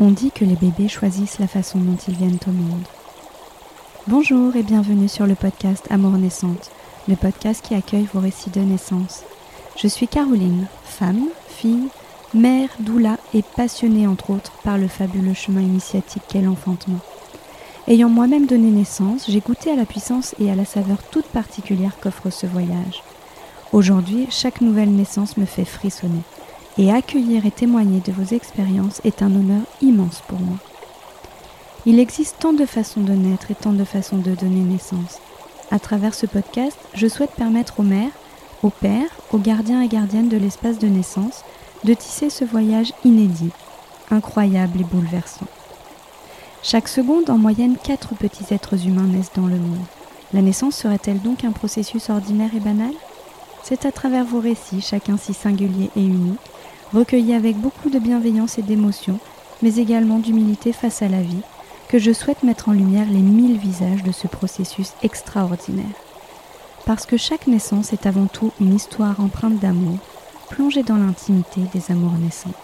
On dit que les bébés choisissent la façon dont ils viennent au monde. Bonjour et bienvenue sur le podcast Amour naissante, le podcast qui accueille vos récits de naissance. Je suis Caroline, femme, fille, mère, doula et passionnée entre autres par le fabuleux chemin initiatique qu'est l'enfantement. Ayant moi-même donné naissance, j'ai goûté à la puissance et à la saveur toute particulière qu'offre ce voyage. Aujourd'hui, chaque nouvelle naissance me fait frissonner. Et accueillir et témoigner de vos expériences est un honneur immense pour moi. Il existe tant de façons de naître et tant de façons de donner naissance. À travers ce podcast, je souhaite permettre aux mères, aux pères, aux gardiens et gardiennes de l'espace de naissance de tisser ce voyage inédit, incroyable et bouleversant. Chaque seconde, en moyenne, 4 petits êtres humains naissent dans le monde. La naissance serait-elle donc un processus ordinaire et banal ? C'est à travers vos récits, chacun si singulier et unique, recueillis avec beaucoup de bienveillance et d'émotion, mais également d'humilité face à la vie, que je souhaite mettre en lumière les 1000 visages de ce processus extraordinaire. Parce que chaque naissance est avant tout une histoire empreinte d'amour, plongée dans l'intimité des amours naissantes.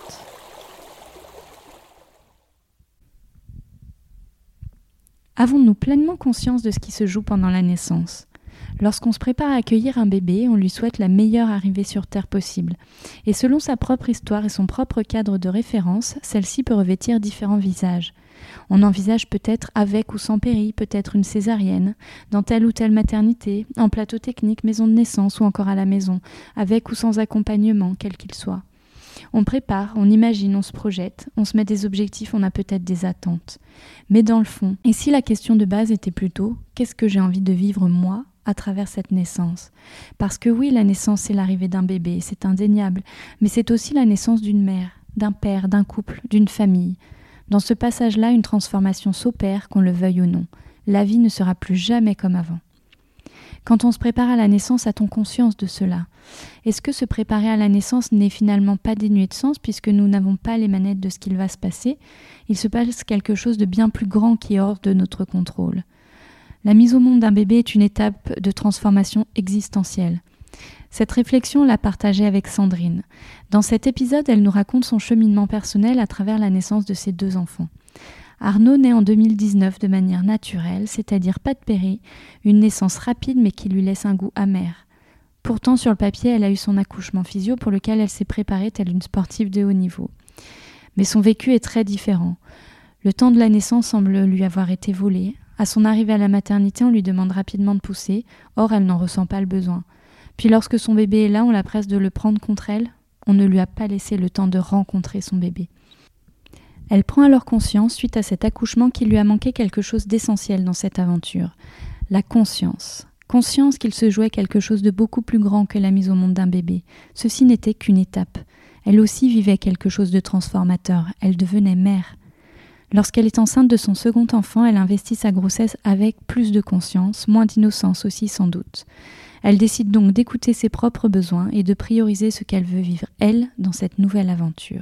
Avons-nous pleinement conscience de ce qui se joue pendant la naissance ? Lorsqu'on se prépare à accueillir un bébé, on lui souhaite la meilleure arrivée sur Terre possible. Et selon sa propre histoire et son propre cadre de référence, celle-ci peut revêtir différents visages. On envisage peut-être avec ou sans péri, peut-être une césarienne, dans telle ou telle maternité, en plateau technique, maison de naissance ou encore à la maison, avec ou sans accompagnement, quel qu'il soit. On prépare, on imagine, on se projette, on se met des objectifs, on a peut-être des attentes. Mais dans le fond, et si la question de base était plutôt « qu'est-ce que j'ai envie de vivre moi ?» à travers cette naissance. Parce que oui, la naissance, c'est l'arrivée d'un bébé, c'est indéniable, mais c'est aussi la naissance d'une mère, d'un père, d'un couple, d'une famille. Dans ce passage-là, une transformation s'opère, qu'on le veuille ou non. La vie ne sera plus jamais comme avant. Quand on se prépare à la naissance, a-t-on conscience de cela ? Est-ce que se préparer à la naissance n'est finalement pas dénué de sens puisque nous n'avons pas les manettes de ce qu'il va se passer ? Il se passe quelque chose de bien plus grand qui est hors de notre contrôle. La mise au monde d'un bébé est une étape de transformation existentielle. Cette réflexion l'a partagée avec Sandrine. Dans cet épisode, elle nous raconte son cheminement personnel à travers la naissance de ses 2 enfants. Arnaud naît en 2019 de manière naturelle, c'est-à-dire pas de péri, une naissance rapide mais qui lui laisse un goût amer. Pourtant, sur le papier, elle a eu son accouchement physio pour lequel elle s'est préparée telle une sportive de haut niveau. Mais son vécu est très différent. Le temps de la naissance semble lui avoir été volé. À son arrivée à la maternité, on lui demande rapidement de pousser, or elle n'en ressent pas le besoin. Puis lorsque son bébé est là, on la presse de le prendre contre elle, on ne lui a pas laissé le temps de rencontrer son bébé. Elle prend alors conscience, suite à cet accouchement, qu'il lui a manqué quelque chose d'essentiel dans cette aventure, la conscience. Conscience qu'il se jouait quelque chose de beaucoup plus grand que la mise au monde d'un bébé. Ceci n'était qu'une étape. Elle aussi vivait quelque chose de transformateur, elle devenait mère. Lorsqu'elle est enceinte de son second enfant, elle investit sa grossesse avec plus de conscience, moins d'innocence aussi sans doute. Elle décide donc d'écouter ses propres besoins et de prioriser ce qu'elle veut vivre, elle, dans cette nouvelle aventure.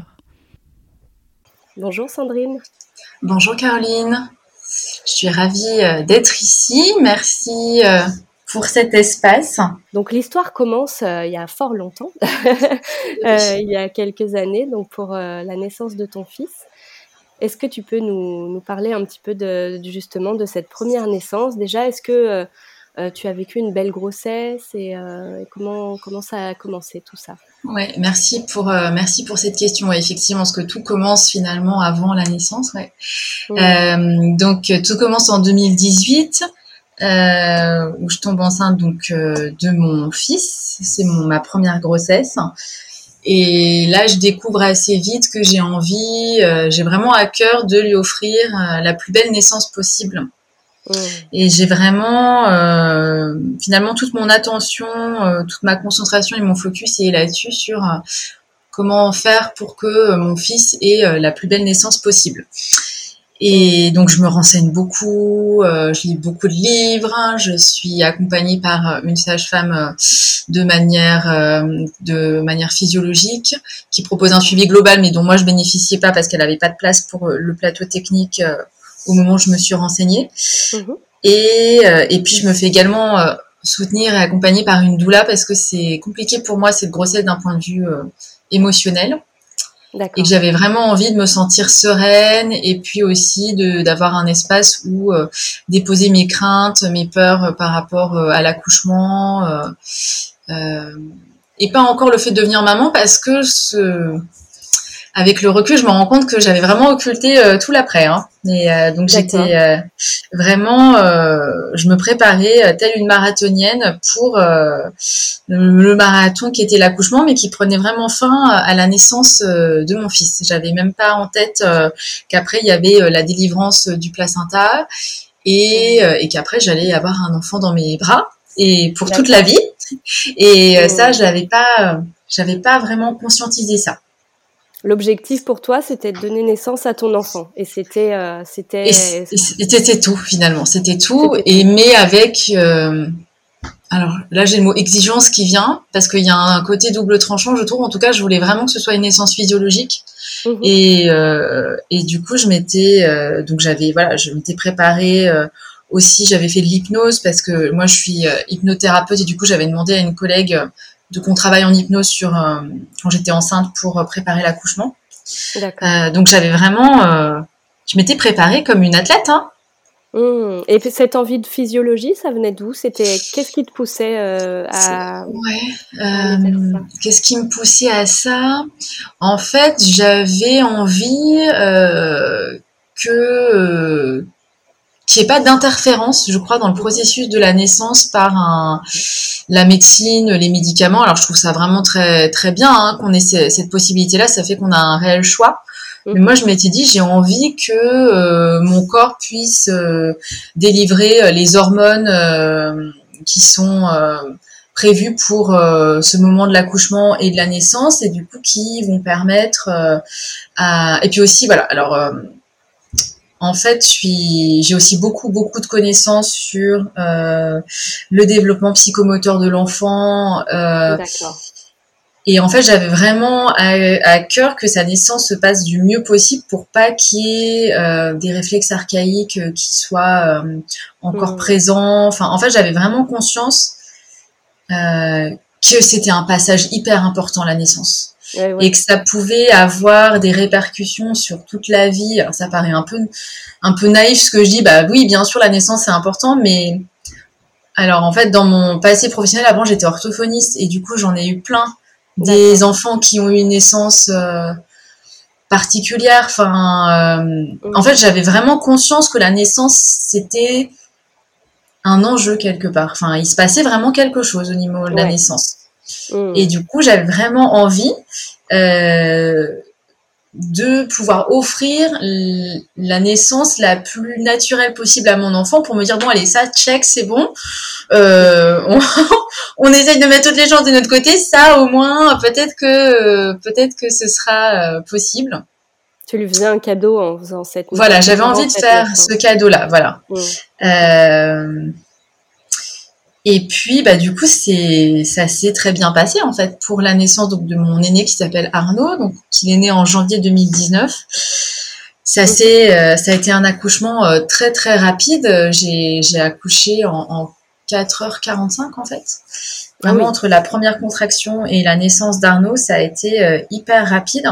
Bonjour Sandrine. Bonjour Caroline. Je suis ravie d'être ici. Merci pour cet espace. Donc l'histoire commence il y a fort longtemps, il y a quelques années, donc pour la naissance de ton fils. Est-ce que tu peux nous parler un petit peu justement de cette première naissance ? Déjà, est-ce que tu as vécu une belle grossesse et comment ça a commencé tout ça ? Ouais, merci pour cette question. Ouais, effectivement, parce que tout commence finalement avant la naissance. Ouais. Donc tout commence en 2018 où je tombe enceinte donc de mon fils. C'est ma première grossesse. Et là, je découvre assez vite que j'ai vraiment à cœur de lui offrir la plus belle naissance possible. Et j'ai vraiment, finalement, toute mon attention, toute ma concentration et mon focus est là-dessus sur comment faire pour que mon fils ait la plus belle naissance possible. Et donc, je me renseigne beaucoup, je lis beaucoup de livres, je suis accompagnée par une sage-femme de manière physiologique qui propose un suivi global, mais dont moi, je bénéficiais pas parce qu'elle avait pas de place pour le plateau technique au moment où je me suis renseignée. Et puis, je me fais également soutenir et accompagner par une doula parce que c'est compliqué pour moi cette grossesse d'un point de vue émotionnel. et que j'avais vraiment envie de me sentir sereine et puis aussi d'avoir un espace où déposer mes craintes, mes peurs par rapport à l'accouchement et pas encore le fait de devenir maman parce que avec le recul, je me rends compte que j'avais vraiment occulté tout l'après. Hein. Et donc j'étais vraiment, je me préparais telle une marathonienne pour le marathon qui était l'accouchement, mais qui prenait vraiment fin à la naissance de mon fils. J'avais même pas en tête qu'après il y avait la délivrance du placenta et qu'après j'allais avoir un enfant dans mes bras et pour toute la vie. Et ça, j'avais pas vraiment conscientisé ça. L'objectif pour toi, c'était de donner naissance à ton enfant, et c'était tout finalement, c'était tout. Et mais avec, alors là j'ai le mot exigence qui vient parce qu'il y a un côté double tranchant, je trouve. En tout cas, je voulais vraiment que ce soit une naissance physiologique. Et du coup, je m'étais préparée. Aussi, j'avais fait de l'hypnose parce que moi, je suis hypnothérapeute et du coup, j'avais demandé à une collègue qu'on travaille en hypnose quand j'étais enceinte pour préparer l'accouchement. Donc, j'avais vraiment... je m'étais préparée comme une athlète. Hein. Et cette envie de physiologie, ça venait d'où ? Qu'est-ce qui te poussait à... Qu'est-ce qui me poussait à ça ? En fait, j'avais envie qu'il n'y ait pas d'interférence, je crois, dans le processus de la naissance par la médecine, les médicaments. Alors, je trouve ça vraiment très, très bien hein, qu'on ait cette possibilité-là. Ça fait qu'on a un réel choix. Mais moi, je m'étais dit, j'ai envie que mon corps puisse délivrer les hormones qui sont prévues pour ce moment de l'accouchement et de la naissance, et du coup, qui vont permettre Et puis aussi, voilà, alors... En fait, j'ai aussi beaucoup de connaissances sur le développement psychomoteur de l'enfant. D'accord. Et en fait, j'avais vraiment à cœur que sa naissance se passe du mieux possible pour pas qu'il y ait des réflexes archaïques qui soient encore présents. Enfin, en fait, j'avais vraiment conscience que c'était un passage hyper important, la naissance. Et que ça pouvait avoir des répercussions sur toute la vie. Alors ça paraît un peu naïf ce que je dis. Bah oui, bien sûr, la naissance c'est important, mais alors en fait dans mon passé professionnel avant j'étais orthophoniste et du coup j'en ai eu plein des enfants qui ont eu une naissance particulière. Enfin, en fait j'avais vraiment conscience que la naissance c'était un enjeu quelque part. Enfin, il se passait vraiment quelque chose au niveau de la naissance. Et du coup, j'avais vraiment envie de pouvoir offrir la naissance la plus naturelle possible à mon enfant pour me dire bon allez ça check c'est bon on essaye de mettre toutes les chances de notre côté, ça au moins peut-être que ce sera possible. Tu lui faisais un cadeau en faisant cette... Voilà, j'avais envie de faire ce cadeau-là, voilà. Et puis, bah, du coup, ça s'est très bien passé, en fait, pour la naissance donc, de mon aîné qui s'appelle Arnaud, donc, qui est né en janvier 2019. Ça a été un accouchement très, très rapide. J'ai accouché en 4h45, en fait. Vraiment, entre la première contraction et la naissance d'Arnaud, ça a été hyper rapide.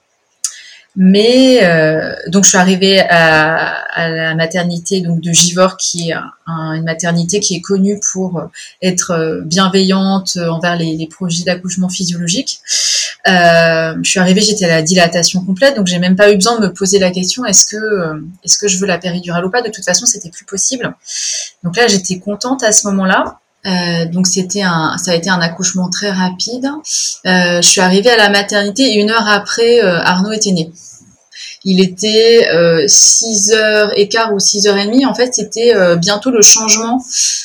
Mais donc je suis arrivée à la maternité donc de Givors qui est une maternité qui est connue pour être bienveillante envers les projets d'accouchement physiologique. Je suis arrivée, j'étais à la dilatation complète, donc j'ai même pas eu besoin de me poser la question est-ce que je veux la péridurale ou pas. De toute façon, c'était plus possible. Donc là, j'étais contente à ce moment-là. Donc ça a été un accouchement très rapide. Je suis arrivée à la maternité et 1 heure après, Arnaud était né. Il était 6h15 ou 6h30. En fait, c'était bientôt le changement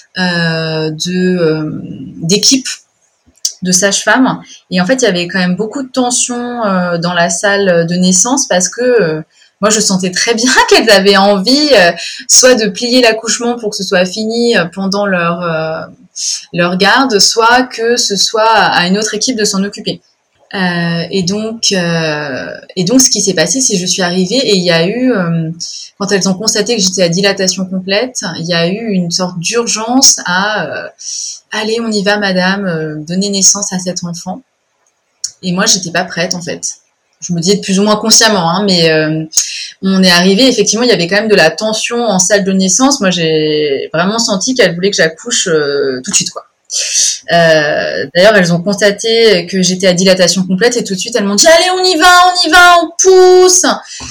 d'équipe de sage-femme. Et en fait, il y avait quand même beaucoup de tension dans la salle de naissance parce que moi, je sentais très bien qu'elles avaient envie soit de plier l'accouchement pour que ce soit fini pendant leur garde, soit que ce soit à une autre équipe de s'en occuper. Et donc, ce qui s'est passé, c'est que je suis arrivée et il y a eu, quand elles ont constaté que j'étais à dilatation complète, il y a eu une sorte d'urgence à allez, on y va, madame, donner naissance à cet enfant. Et moi, j'étais pas prête en fait. je me disais plus ou moins consciemment, hein, mais on est arrivé, effectivement, il y avait quand même de la tension en salle de naissance. Moi, j'ai vraiment senti qu'elle voulait que j'accouche tout de suite, quoi. D'ailleurs, elles ont constaté que j'étais à dilatation complète et tout de suite, elles m'ont dit, allez, on y va, on pousse.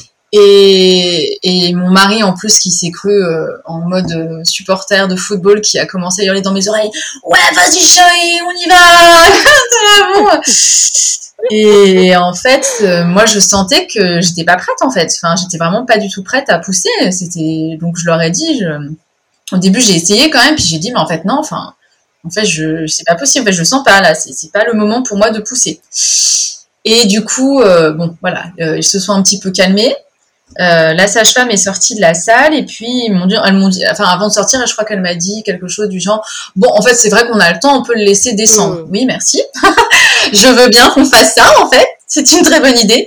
Et mon mari, en plus, qui s'est cru en mode supporter de football, qui a commencé à hurler dans mes oreilles, ouais, vas-y chérie, on y va. Et en fait, moi, je sentais que j'étais pas prête, en fait. Enfin, j'étais vraiment pas du tout prête à pousser. Donc je leur ai dit, au début, j'ai essayé quand même, puis j'ai dit, mais en fait, non, enfin, en fait, c'est pas possible, en fait, je le sens pas, là, c'est pas le moment pour moi de pousser. Et du coup, bon, voilà, ils se sont un petit peu calmés. La sage-femme est sortie de la salle et puis elles m'ont dit, enfin avant de sortir, je crois qu'elle m'a dit quelque chose du genre, bon, en fait, c'est vrai qu'on a le temps, on peut le laisser descendre. Oui, merci. Je veux bien qu'on fasse ça, en fait. C'est une très bonne idée.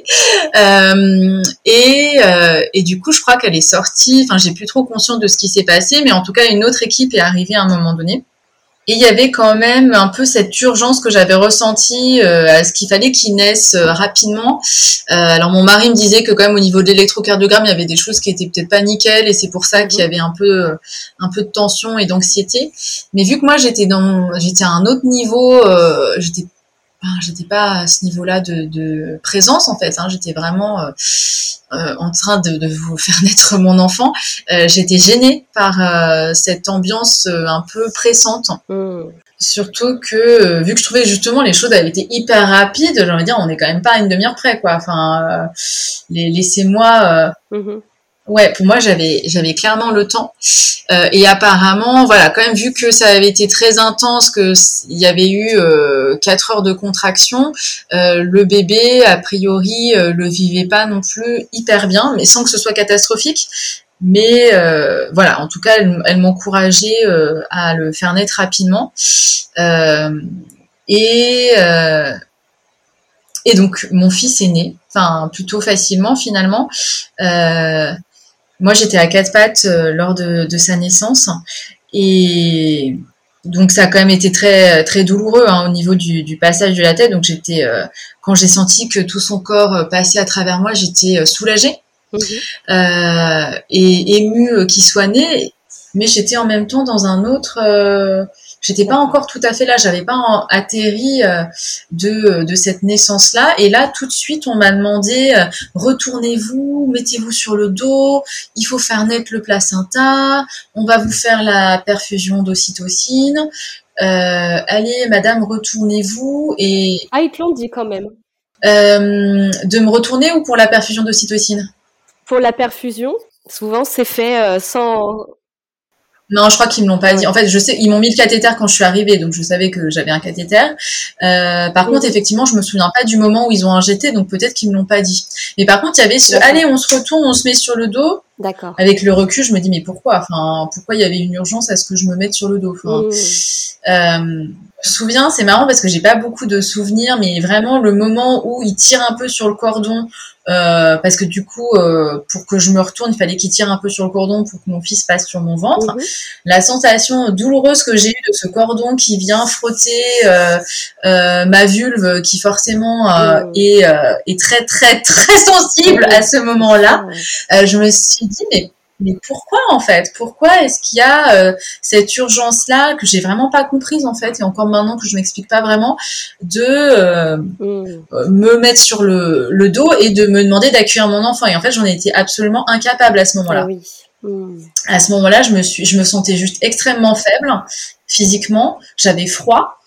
Et du coup, je crois qu'elle est sortie. Enfin, j'ai plus trop conscience de ce qui s'est passé, mais en tout cas, une autre équipe est arrivée à un moment donné. Et il y avait quand même un peu cette urgence que j'avais ressentie à ce qu'il fallait qu'il naisse rapidement. Alors mon mari me disait que quand même au niveau de l'électrocardiogramme, il y avait des choses qui étaient peut-être pas nickel et c'est pour ça qu'il y avait un peu de tension et d'anxiété. Mais vu que moi j'étais à un autre niveau, j'étais pas à ce niveau-là de présence en fait. Hein, j'étais vraiment en train de vous faire naître mon enfant. J'étais gênée par cette ambiance un peu pressante. Surtout que vu que je trouvais justement les choses avaient été hyper rapides, j'ai envie de dire on est quand même pas à une demi-heure près quoi. Enfin, laissez-moi. Ouais, pour moi j'avais clairement le temps. Et apparemment, voilà, quand même vu que ça avait été très intense, que il y avait eu 4 heures de contraction, le bébé a priori le vivait pas non plus hyper bien, mais sans que ce soit catastrophique. Mais voilà, en tout cas, elle m'encourageait à le faire naître rapidement. Et donc mon fils est né, enfin plutôt facilement finalement. Moi, j'étais à 4 pattes lors de sa naissance et donc ça a quand même été très très douloureux hein, au niveau du passage de la tête. Donc quand j'ai senti que tout son corps passait à travers moi, j'étais soulagée et émue qu'il soit né. Mais j'étais en même temps dans un autre. J'étais pas encore tout à fait là, j'avais pas atterri de cette naissance-là. Et là, tout de suite, on m'a demandé retournez-vous, mettez-vous sur le dos, il faut faire naître le placenta, on va vous faire la perfusion d'ocytocine. Allez, madame, retournez-vous. Et ils te l'ont dit quand même. De me retourner ou pour la perfusion d'ocytocine? Pour la perfusion, souvent c'est fait sans. Non, je crois qu'ils me l'ont pas dit. En fait, je sais, ils m'ont mis le cathéter quand je suis arrivée, donc je savais que j'avais un cathéter. Par contre, effectivement, je me souviens pas du moment où ils ont injecté, donc peut-être qu'ils me l'ont pas dit. Mais par contre, il y avait allez, on se retourne, on se met sur le dos. D'accord. Avec le recul, je me dis, mais pourquoi? Enfin, pourquoi il y avait une urgence à ce que je me mette sur le dos? Enfin, je me souviens, c'est marrant parce que j'ai pas beaucoup de souvenirs, mais vraiment le moment où il tire un peu sur le cordon, parce que du coup, pour que je me retourne, il fallait qu'il tire un peu sur le cordon pour que mon fils passe sur mon ventre. La sensation douloureuse que j'ai eue de ce cordon qui vient frotter ma vulve, qui forcément est très très très sensible à ce moment-là. Je me suis dit mais pourquoi en fait? Pourquoi est-ce qu'il y a cette urgence-là que j'ai vraiment pas comprise en fait, et encore maintenant que je m'explique pas vraiment, de me mettre sur le dos et de me demander d'accueillir mon enfant. Et en fait, j'en ai été absolument incapable à ce moment-là. À ce moment-là, je me sentais juste extrêmement faible physiquement. J'avais froid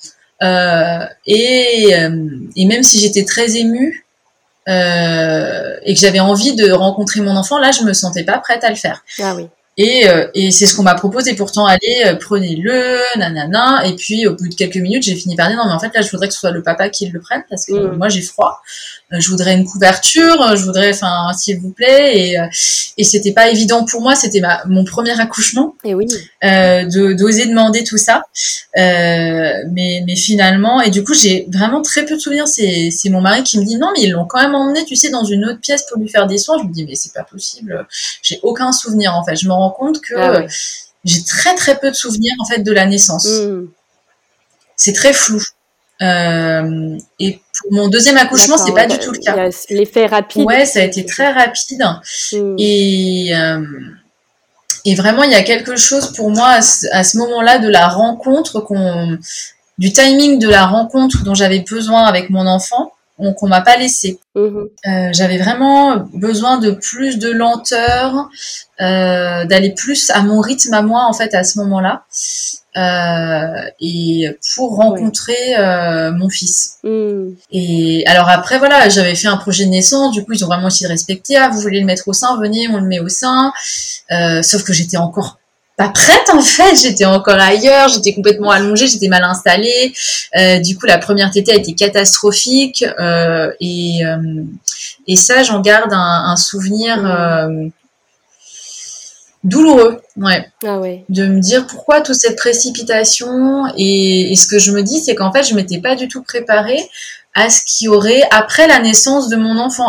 et même si j'étais très émue. Et que j'avais envie de rencontrer mon enfant, là je me sentais pas prête à le faire. Et c'est ce qu'on m'a proposé, pourtant allez, prenez-le, nanana. Et puis au bout de quelques minutes j'ai fini par dire non mais en fait là je voudrais que ce soit le papa qui le prenne parce que moi j'ai froid, je voudrais une couverture, je voudrais, enfin s'il vous plaît. Et c'était pas évident pour moi, c'était mon premier accouchement, d'oser demander tout ça, mais finalement, et du coup j'ai vraiment très peu de souvenirs. C'est mon mari qui me dit non mais ils l'ont quand même emmené, tu sais, dans une autre pièce pour lui faire des soins. Je me dis mais c'est pas possible, j'ai aucun souvenir en fait. Je me rends compte que j'ai très très peu de souvenirs en fait de la naissance. C'est très flou. Et pour mon deuxième accouchement, c'est pas du tout le cas. L'effet rapide. Ouais, ça a été très rapide. Et vraiment, il y a quelque chose pour moi à ce moment-là de la rencontre, du timing de la rencontre dont j'avais besoin avec mon enfant, qu'on m'a pas laissé. J'avais vraiment besoin de plus de lenteur, d'aller plus à mon rythme à moi en fait à ce moment-là, et pour rencontrer mon fils. Et alors après voilà, j'avais fait un projet de naissance, du coup ils ont vraiment essayé de respecter. Ah, vous voulez le mettre au sein, venez, on le met au sein. Sauf que j'étais encore pas prête en fait, j'étais encore ailleurs, j'étais complètement allongée, j'étais mal installée. Du coup la première tétée a été catastrophique, et ça j'en garde un souvenir douloureux, de me dire pourquoi toute cette précipitation, et ce que je me dis c'est qu'en fait je m'étais pas du tout préparée à ce qu'il y aurait après la naissance de mon enfant.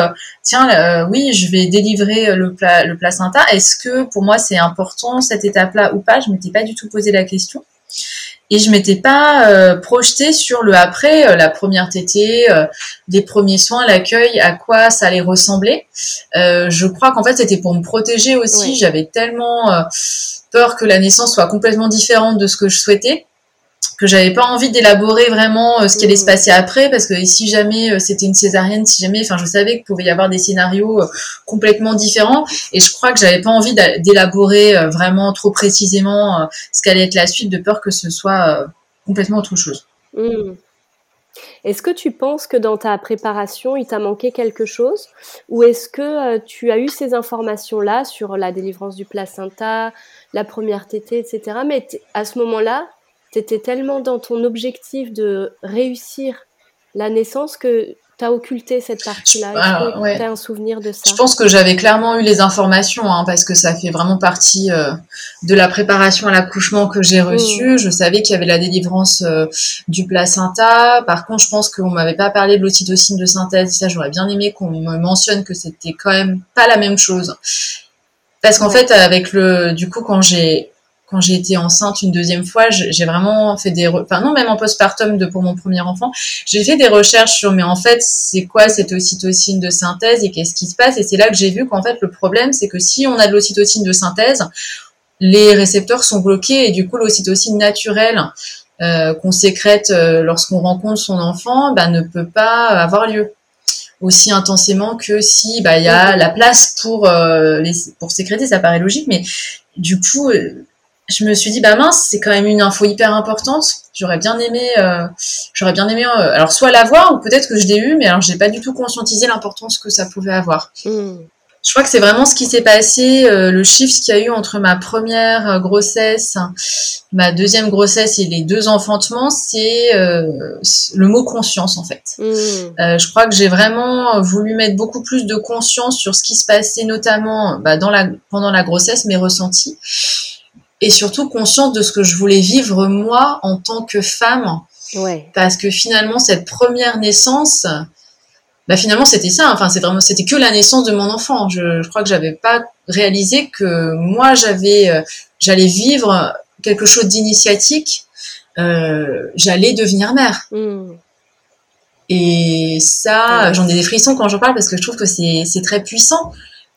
Oui, je vais délivrer le placenta, est-ce que pour moi c'est important cette étape-là ou pas? Je m'étais pas du tout posé la question. Et je m'étais pas projetée sur le après, la première tétée, les premiers soins, l'accueil, à quoi ça allait ressembler. Je crois qu'en fait c'était pour me protéger aussi. J'avais tellement peur que la naissance soit complètement différente de ce que je souhaitais, que j'avais pas envie d'élaborer vraiment ce qui allait se passer après, parce que si jamais c'était une césarienne, je savais qu'il pouvait y avoir des scénarios complètement différents, et je crois que j'avais pas envie d'élaborer vraiment trop précisément ce qu'allait être la suite, de peur que ce soit complètement autre chose. Est-ce que tu penses que dans ta préparation, il t'a manqué quelque chose, ou est-ce que tu as eu ces informations-là sur la délivrance du placenta, la première tétée, etc., mais à ce moment-là, t'étais tellement dans ton objectif de réussir la naissance que t'as occulté cette partie-là. Est-ce que t'as un souvenir de ça? Je pense que j'avais clairement eu les informations, parce que ça fait vraiment partie de la préparation à l'accouchement que j'ai reçue. Je savais qu'il y avait la délivrance du placenta. Par contre, je pense qu'on m'avait pas parlé de l'ocytocine de synthèse. Ça, j'aurais bien aimé qu'on me mentionne que c'était quand même pas la même chose. Parce qu'en fait, quand j'ai été enceinte une deuxième fois, j'ai vraiment fait même en postpartum pour mon premier enfant, j'ai fait des recherches sur, mais en fait, c'est quoi cette ocytocine de synthèse et qu'est-ce qui se passe? Et c'est là que j'ai vu qu'en fait, le problème, c'est que si on a de l'ocytocine de synthèse, les récepteurs sont bloqués, et du coup, l'ocytocine naturelle qu'on sécrète lorsqu'on rencontre son enfant, ne peut pas avoir lieu aussi intensément que si il y a la place pour sécréter. Ça paraît logique, mais du coup je me suis dit mince, c'est quand même une info hyper importante. J'aurais bien aimé alors soit l'avoir, ou peut-être que je l'ai eu, mais alors j'ai pas du tout conscientisé l'importance que ça pouvait avoir. Je crois que c'est vraiment ce qui s'est passé, le shift qu'il y a eu entre ma première grossesse, ma deuxième grossesse et les 2 enfantements, c'est le mot conscience en fait. Je crois que j'ai vraiment voulu mettre beaucoup plus de conscience sur ce qui se passait, notamment pendant la grossesse, mes ressentis, et surtout conscience de ce que je voulais vivre moi en tant que femme. Parce que finalement cette première naissance, finalement c'était ça, c'était que la naissance de mon enfant. Je crois que j'avais pas réalisé que moi j'allais vivre quelque chose d'initiatique, j'allais devenir mère. Et ça, j'en ai des frissons quand j'en parle, parce que je trouve que c'est très puissant.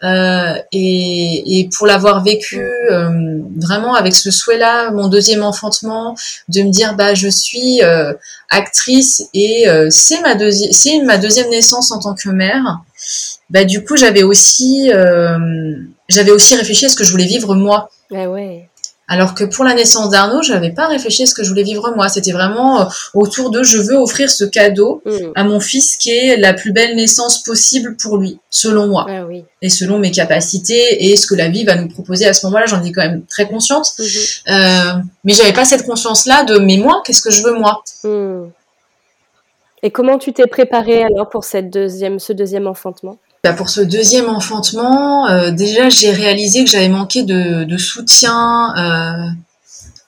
Et pour l'avoir vécu vraiment avec ce souhait-là, mon deuxième enfantement, de me dire je suis actrice, et c'est ma deuxième naissance en tant que mère. Du coup j'avais aussi réfléchi à ce que je voulais vivre moi. Alors que pour la naissance d'Arnaud, je n'avais pas réfléchi à ce que je voulais vivre moi. C'était vraiment autour de je veux offrir ce cadeau à mon fils, qui est la plus belle naissance possible pour lui, selon moi. Et selon mes capacités et ce que la vie va nous proposer à ce moment-là. J'en ai quand même très consciente. Mais j'avais pas cette conscience-là de mais moi, qu'est-ce que je veux moi? Et comment tu t'es préparée alors pour ce deuxième enfantement? Pour ce deuxième enfantement, déjà j'ai réalisé que j'avais manqué de soutien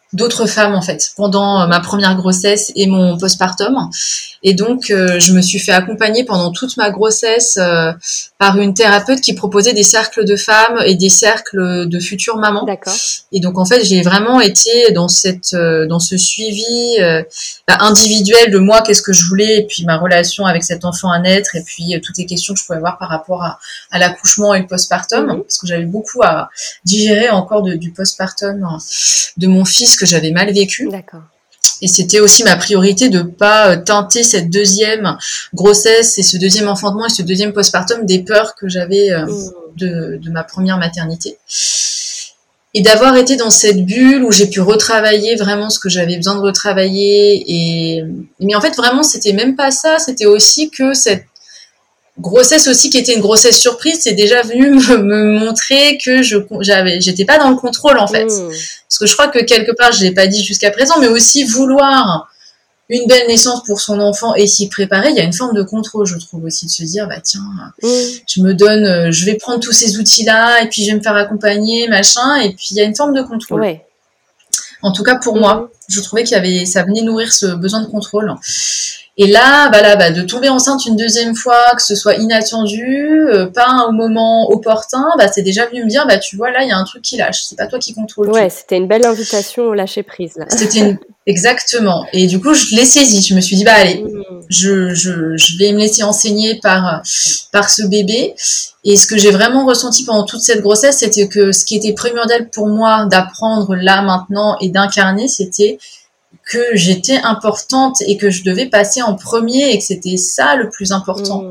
d'autres femmes en fait pendant ma première grossesse et mon postpartum. Et donc je me suis fait accompagner pendant toute ma grossesse par une thérapeute qui proposait des cercles de femmes et des cercles de futures mamans. D'accord. Et donc en fait j'ai vraiment été dans ce suivi individuel de moi, qu'est-ce que je voulais, et puis ma relation avec cet enfant à naître, et puis toutes les questions que je pouvais avoir par rapport à l'accouchement et le postpartum, parce que j'avais beaucoup à digérer encore du postpartum de mon fils que j'avais mal vécu. D'accord. Et c'était aussi ma priorité de pas teinter cette deuxième grossesse et ce deuxième enfantement et ce deuxième postpartum des peurs que j'avais de ma première maternité. Et d'avoir été dans cette bulle où j'ai pu retravailler vraiment ce que j'avais besoin de retravailler. Mais en fait, vraiment, c'était même pas ça. C'était aussi que cette grossesse aussi qui était une grossesse surprise, c'est déjà venu me montrer que j'étais pas dans le contrôle en fait. Parce que je crois que quelque part, je l'ai pas dit jusqu'à présent, mais aussi vouloir une belle naissance pour son enfant et s'y préparer, il y a une forme de contrôle, je trouve aussi, de se dire, bah tiens, je vais prendre tous ces outils-là et puis je vais me faire accompagner, machin, et puis il y a une forme de contrôle. Ouais. En tout cas pour moi, je trouvais ça venait nourrir ce besoin de contrôle. Et là, de tomber enceinte une deuxième fois, que ce soit inattendu, pas au moment opportun, c'est déjà venu me dire, tu vois, là, il y a un truc qui lâche. C'est pas toi qui contrôle. Ouais, c'était une belle invitation au lâcher prise, là. Exactement. Et du coup, je l'ai saisi. Je me suis dit, allez, je vais me laisser enseigner par ce bébé. Et ce que j'ai vraiment ressenti pendant toute cette grossesse, c'était que ce qui était primordial pour moi d'apprendre là, maintenant, et d'incarner, c'était que j'étais importante et que je devais passer en premier et que c'était ça le plus important.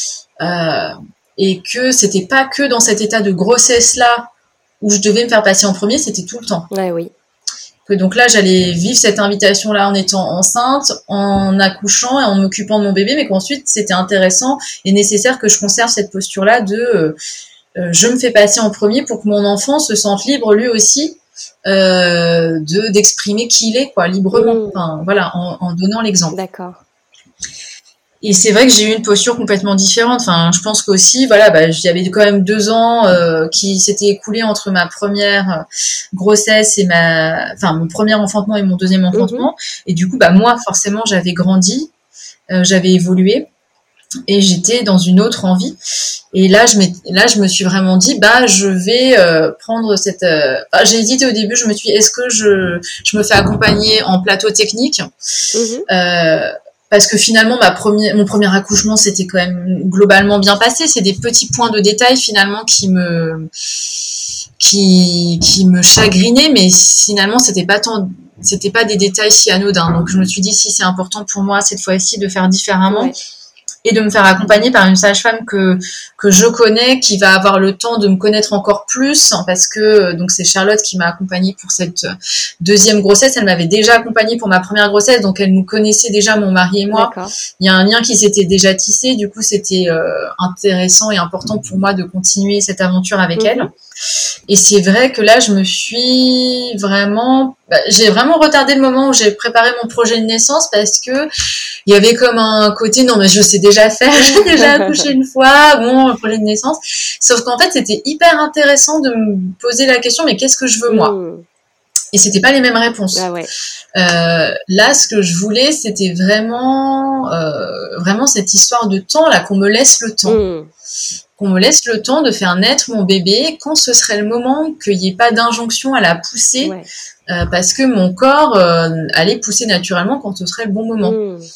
Et que c'était pas que dans cet état de grossesse-là où je devais me faire passer en premier, c'était tout le temps. Ouais, oui. Que donc là, j'allais vivre cette invitation-là en étant enceinte, en accouchant et en m'occupant de mon bébé, mais qu'ensuite, c'était intéressant et nécessaire que je conserve cette posture-là de je me fais passer en premier pour que mon enfant se sente libre lui aussi d'exprimer qui il est, quoi, librement. Enfin, voilà, en donnant l'exemple. D'accord. Et c'est vrai que j'ai eu une posture complètement différente. Enfin, je pense qu'aussi, il y avait quand même 2 ans qui s'étaient écoulés entre ma première grossesse et mon premier enfantement et mon deuxième enfantement. Et du coup, moi, forcément, j'avais grandi, j'avais évolué. Et j'étais dans une autre envie. Et là, je me suis vraiment dit, je vais prendre cette. J'ai hésité au début. Je me suis dit, est-ce que je me fais accompagner en plateau technique parce que finalement, mon premier accouchement, c'était quand même globalement bien passé. C'est des petits points de détail finalement qui me chagrinaient, mais finalement, c'était pas des détails si anodins. Donc, je me suis dit, si c'est important pour moi cette fois-ci de faire différemment. Ouais. Et de me faire accompagner par une sage-femme que je connais, qui va avoir le temps de me connaître encore plus, parce que donc c'est Charlotte qui m'a accompagnée pour cette deuxième grossesse. Elle m'avait déjà accompagnée pour ma première grossesse, donc elle nous connaissait déjà, mon mari et moi. D'accord. Il y a un lien qui s'était déjà tissé, du coup c'était intéressant et important pour moi de continuer cette aventure avec elle. Et c'est vrai que là, j'ai vraiment retardé le moment où j'ai préparé mon projet de naissance, parce que il y avait comme un côté, non mais je sais déjà faire, j'ai déjà accouché une fois, le projet de naissance. Sauf qu'en fait, c'était hyper intéressant de me poser la question, mais qu'est-ce que je veux moi ? Et c'était pas les mêmes réponses. Ah ouais. Là, ce que je voulais, c'était vraiment cette histoire de temps, là, qu'on me laisse le temps. Qu'on me laisse le temps de faire naître mon bébé quand ce serait le moment, qu'il n'y ait pas d'injonction à la pousser, parce que mon corps allait pousser naturellement quand ce serait le bon moment.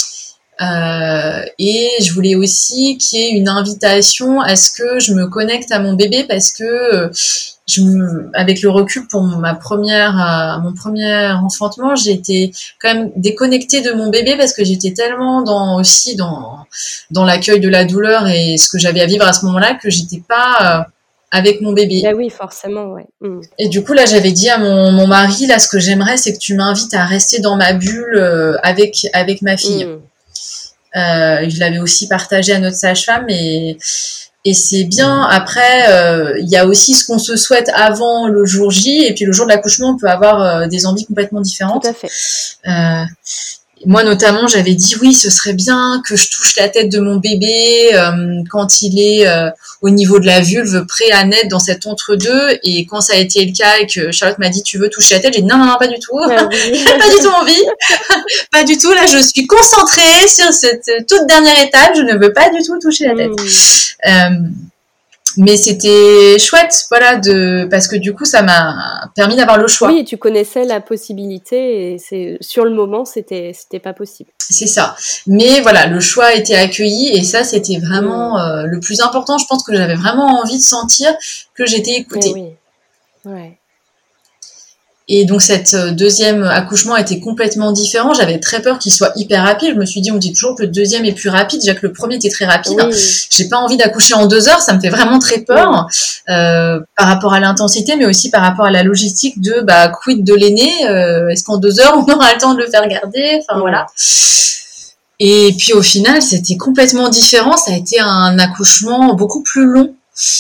Et je voulais aussi qu'il y ait une invitation à ce que je me connecte à mon bébé, parce que avec le recul pour mon premier enfantement, j'ai été quand même déconnectée de mon bébé, parce que j'étais tellement dans l'accueil de la douleur et ce que j'avais à vivre à ce moment-là, que j'étais pas avec mon bébé. Bah oui, forcément, ouais. Et du coup, là, j'avais dit à mon mari, là, ce que j'aimerais, c'est que tu m'invites à rester dans ma bulle avec ma fille. Je l'avais aussi partagé à notre sage-femme, et c'est bien. Après, il y a aussi ce qu'on se souhaite avant le jour J, et puis le jour de l'accouchement, on peut avoir des envies complètement différentes. Tout à fait. moi notamment, j'avais dit oui, ce serait bien que je touche la tête de mon bébé quand il est au niveau de la vulve, prêt à naître dans cet entre-deux. Et quand ça a été le cas et que Charlotte m'a dit tu veux toucher la tête, j'ai dit non, pas du tout, Oui. pas du tout envie, pas du tout. Là, je suis concentrée sur cette toute dernière étape, je ne veux pas du tout toucher la tête. Mais c'était chouette, voilà, parce que du coup, ça m'a permis d'avoir le choix. Oui, tu connaissais la possibilité et sur le moment, c'était pas possible. C'est ça. Mais voilà, le choix a été accueilli et ça, c'était vraiment le plus important. Je pense que j'avais vraiment envie de sentir que j'étais écoutée. Oui. Ouais. Et donc, cette deuxième accouchement était complètement différent. J'avais très peur qu'il soit hyper rapide. Je me suis dit, on dit toujours que le deuxième est plus rapide. Déjà que le premier était très rapide. Oui. J'ai pas envie d'accoucher en 2 heures. Ça me fait vraiment très peur par rapport à l'intensité, mais aussi par rapport à la logistique de quid de l'aîné. Est-ce qu'en 2 heures, on aura le temps de le faire garder? Enfin, voilà. Et puis, au final, c'était complètement différent. Ça a été un accouchement beaucoup plus long.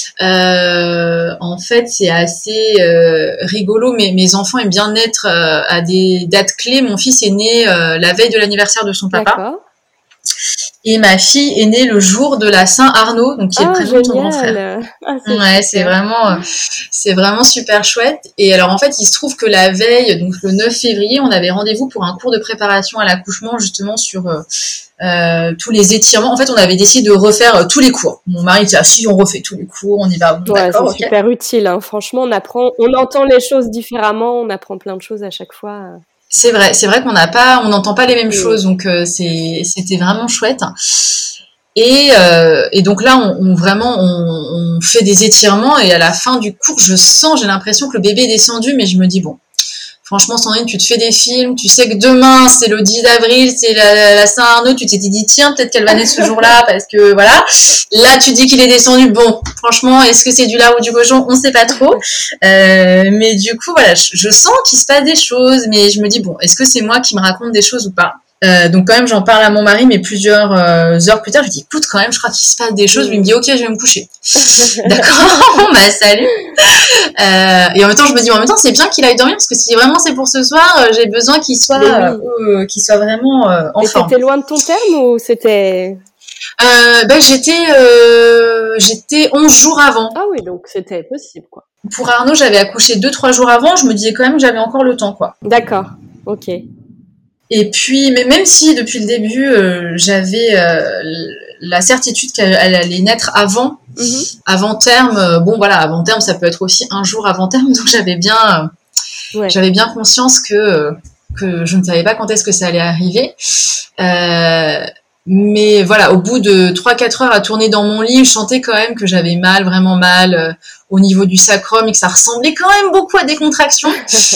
En fait, c'est assez rigolo, mais mes enfants aiment bien naître à des dates clés. Mon fils est né la veille de l'anniversaire de son papa. D'accord. Et ma fille est née le jour de la Saint-Arnaud, donc qui est le prénom de ton grand frère. C'est vraiment super chouette. Et alors en fait, il se trouve que la veille, donc le 9 février, on avait rendez-vous pour un cours de préparation à l'accouchement, justement sur tous les étirements. En fait, on avait décidé de refaire tous les cours. Mon mari dit si on refait tous les cours, on y va. Bon, d'accord, c'est super utile. Hein. Franchement, on entend les choses différemment, on apprend plein de choses à chaque fois. C'est vrai qu'on n'entend pas les mêmes choses, donc c'était vraiment chouette. Et donc là, on fait des étirements et à la fin du cours, j'ai l'impression que le bébé est descendu, mais je me dis bon, franchement, Sandrine, tu te fais des films, tu sais que demain, c'est le 10 avril, c'est la Saint-Arnaud, tu t'es dit, tiens, peut-être qu'elle va naître ce jour-là, parce que voilà. Là, tu dis qu'il est descendu. Bon, franchement, est-ce que c'est du lard ou du cochon? On sait pas trop. Mais du coup, voilà, je sens qu'il se passe des choses, mais je me dis, bon, est-ce que c'est moi qui me raconte des choses ou pas? Donc quand même, j'en parle à mon mari, mais plusieurs heures plus tard, je lui dis, écoute, quand même, je crois qu'il se passe des choses. Lui me dit, ok, je vais me coucher. D'accord, salut. Et en même temps, je me dis, en même temps, c'est bien qu'il aille dormir, parce que si vraiment c'est pour ce soir, j'ai besoin qu'il soit vraiment en forme. Et t'étais loin de ton terme ou c'était... J'étais 11 jours avant. Ah oui, donc c'était possible, quoi. Pour Arnaud, j'avais accouché 2-3 jours avant, je me disais quand même que j'avais encore le temps, quoi. D'accord, ok. Et puis, mais même si depuis le début, j'avais la certitude qu'elle allait naître avant terme, bon voilà, avant terme, ça peut être aussi un jour avant terme, donc j'avais bien conscience que je ne savais pas quand est-ce que ça allait arriver. Mais voilà, au bout de 3-4 heures à tourner dans mon lit, je sentais quand même que j'avais vraiment mal au niveau du sacrum et que ça ressemblait quand même beaucoup à des contractions.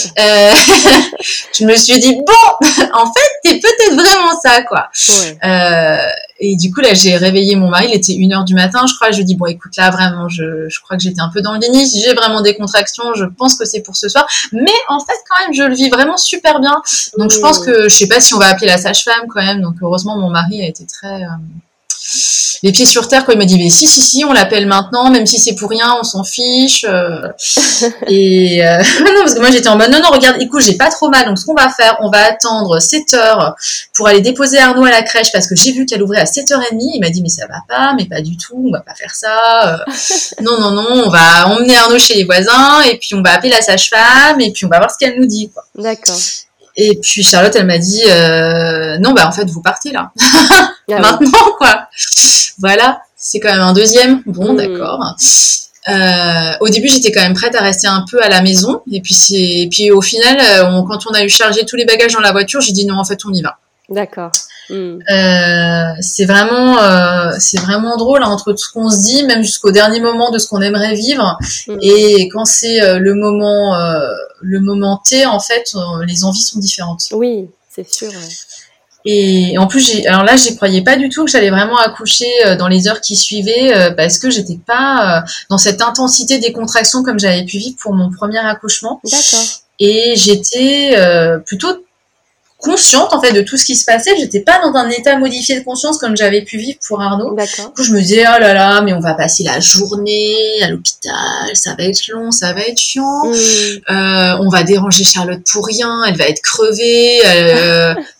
Je me suis dit, bon, en fait, c'est peut-être vraiment ça, quoi. Ouais. Et du coup, là, j'ai réveillé mon mari, il était 1h du matin, je crois. Je lui ai dit, bon, écoute, là, vraiment, je crois que j'étais un peu dans le déni. Si j'ai vraiment des contractions, je pense que c'est pour ce soir. Mais en fait, quand même, je le vis vraiment super bien. Donc, je pense que, je sais pas si on va appeler la sage-femme quand même. Donc, heureusement, mon mari a été très... les pieds sur terre, quand il m'a dit, mais si, on l'appelle maintenant, même si c'est pour rien, on s'en fiche. Et non, parce que moi j'étais en mode, non, regarde, écoute, j'ai pas trop mal, donc ce qu'on va faire, on va attendre 7 heures pour aller déposer Arnaud à la crèche, parce que j'ai vu qu'elle ouvrait à 7h30. Il m'a dit, mais ça va pas, mais pas du tout, on va pas faire ça. Non, on va emmener Arnaud chez les voisins, et puis on va appeler la sage-femme, et puis on va voir ce qu'elle nous dit, quoi. D'accord. Et puis Charlotte, elle m'a dit, non, en fait, vous partez là. Maintenant, quoi. Voilà, c'est quand même un deuxième. Bon, d'accord. Au début, j'étais quand même prête à rester un peu à la maison. Et puis au final, quand on a eu chargé tous les bagages dans la voiture, j'ai dit non, en fait, on y va. D'accord. C'est vraiment drôle, hein, entre tout ce qu'on se dit, même jusqu'au dernier moment de ce qu'on aimerait vivre. Et quand c'est le moment T, en fait, les envies sont différentes. Oui, c'est sûr. Ouais. Et en plus, alors là, j'y croyais pas du tout que j'allais vraiment accoucher dans les heures qui suivaient, parce que j'étais pas dans cette intensité des contractions comme j'avais pu vivre pour mon premier accouchement. D'accord. Et j'étais plutôt consciente en fait de tout ce qui se passait. J'étais pas dans un état modifié de conscience comme j'avais pu vivre pour Arnaud. D'accord. Du coup, je me disais oh là là, mais on va passer la journée à l'hôpital, ça va être long, ça va être chiant. On va déranger Charlotte pour rien, elle va être crevée.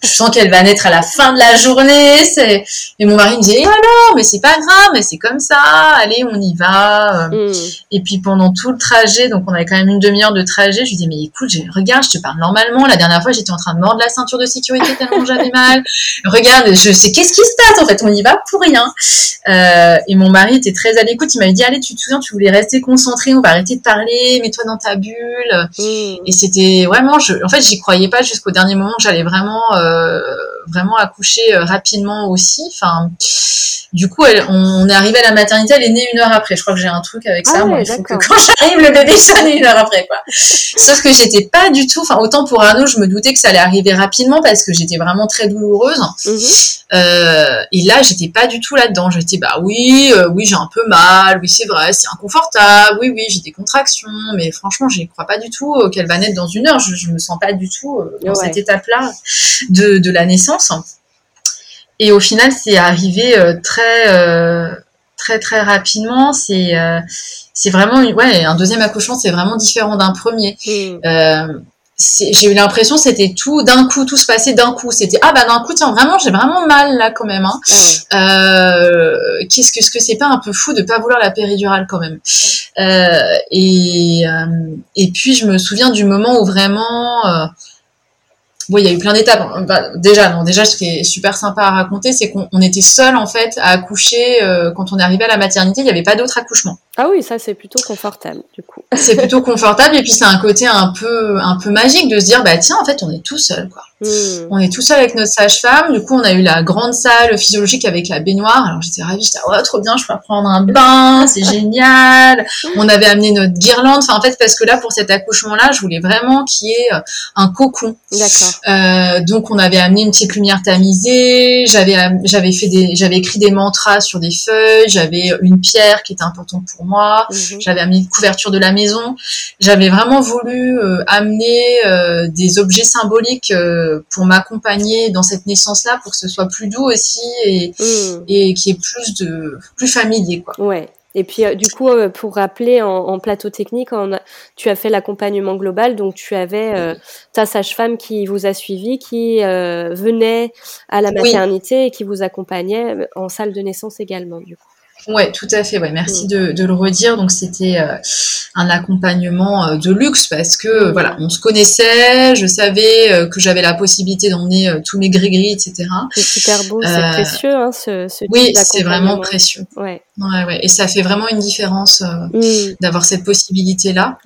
je sens qu'elle va naître à la fin de la journée. Et mon mari me disait, alors, mais c'est pas grave, mais c'est comme ça, allez, on y va. Et puis pendant tout le trajet, donc on avait quand même une demi-heure de trajet, je lui dis, mais écoute, regarde, je te parle normalement. La dernière fois, j'étais en train de mordre la ceinture de sécurité tellement j'avais mal. Regarde, je sais qu'est-ce qui se passe en fait, on y va pour rien. Et mon mari était très à l'écoute, il m'avait dit, allez, tu te souviens, tu voulais rester concentré, on va arrêter de parler, mets-toi dans ta bulle. Et c'était vraiment, en fait, j'y croyais pas jusqu'au dernier moment que j'allais vraiment accoucher rapidement aussi. Enfin, du coup, on est arrivé à la maternité, elle est née 1 heure après. Je crois que j'ai un truc avec ça. Moi, il faut que quand j'arrive, le bébé soit né 1 heure après, quoi. Sauf que j'étais pas du tout, enfin, autant pour Arnaud, je me doutais que ça allait arriver rapidement parce que j'étais vraiment très douloureuse. Et là, j'étais pas du tout là-dedans. J'étais, oui, j'ai un peu mal, oui, c'est vrai, c'est inconfortable, oui, j'ai des contractions, mais franchement, je crois pas du tout qu'elle va naître dans 1 heure. Je me sens pas du tout dans cette étape-là de la naissance. Et au final, c'est arrivé très très rapidement. C'est vraiment un deuxième accouchement, c'est vraiment différent d'un premier. J'ai eu l'impression c'était tout d'un coup, tout se passait d'un coup. C'était d'un coup, tiens, vraiment, j'ai vraiment mal là quand même. Qu'est-ce que c'est pas un peu fou de pas vouloir la péridurale quand même. Et puis je me souviens du moment où vraiment il y a eu plein d'étapes. Déjà, ce qui est super sympa à raconter, c'est qu'on était seuls en fait à accoucher quand on est arrivé à la maternité. Il n'y avait pas d'autre accouchement. Ah oui, ça c'est plutôt confortable du coup. C'est plutôt confortable et puis c'est un côté un peu magique de se dire tiens, en fait on est tout seul quoi. On est tout seul avec notre sage-femme. Du coup on a eu la grande salle physiologique avec la baignoire. Alors j'étais ravie, j'étais trop bien, je peux prendre un bain, c'est génial. On avait amené notre guirlande. Enfin en fait parce que là pour cet accouchement-là, je voulais vraiment qu'il y ait un cocon. D'accord. Donc on avait amené une petite lumière tamisée. J'avais écrit des mantras sur des feuilles. J'avais une pierre qui était importante pour moi. J'avais amené une couverture de la maison. J'avais vraiment voulu amener des objets symboliques pour m'accompagner dans cette naissance-là, pour que ce soit plus doux aussi et qu'il y ait plus familier, quoi. Ouais. Et puis du coup, pour rappeler en plateau technique, tu as fait l'accompagnement global, donc tu avais ta sage-femme qui vous a suivi, qui venait à la maternité et qui vous accompagnait en salle de naissance également, du coup. Ouais, tout à fait. Ouais, merci de le redire. Donc c'était un accompagnement de luxe parce que on se connaissait. Je savais que j'avais la possibilité d'emmener tous mes gris-gris, etc. C'est super beau, c'est précieux, hein, ce type d'accompagnement. Oui, c'est vraiment précieux. Ouais. Et ça fait vraiment une différence d'avoir cette possibilité-là.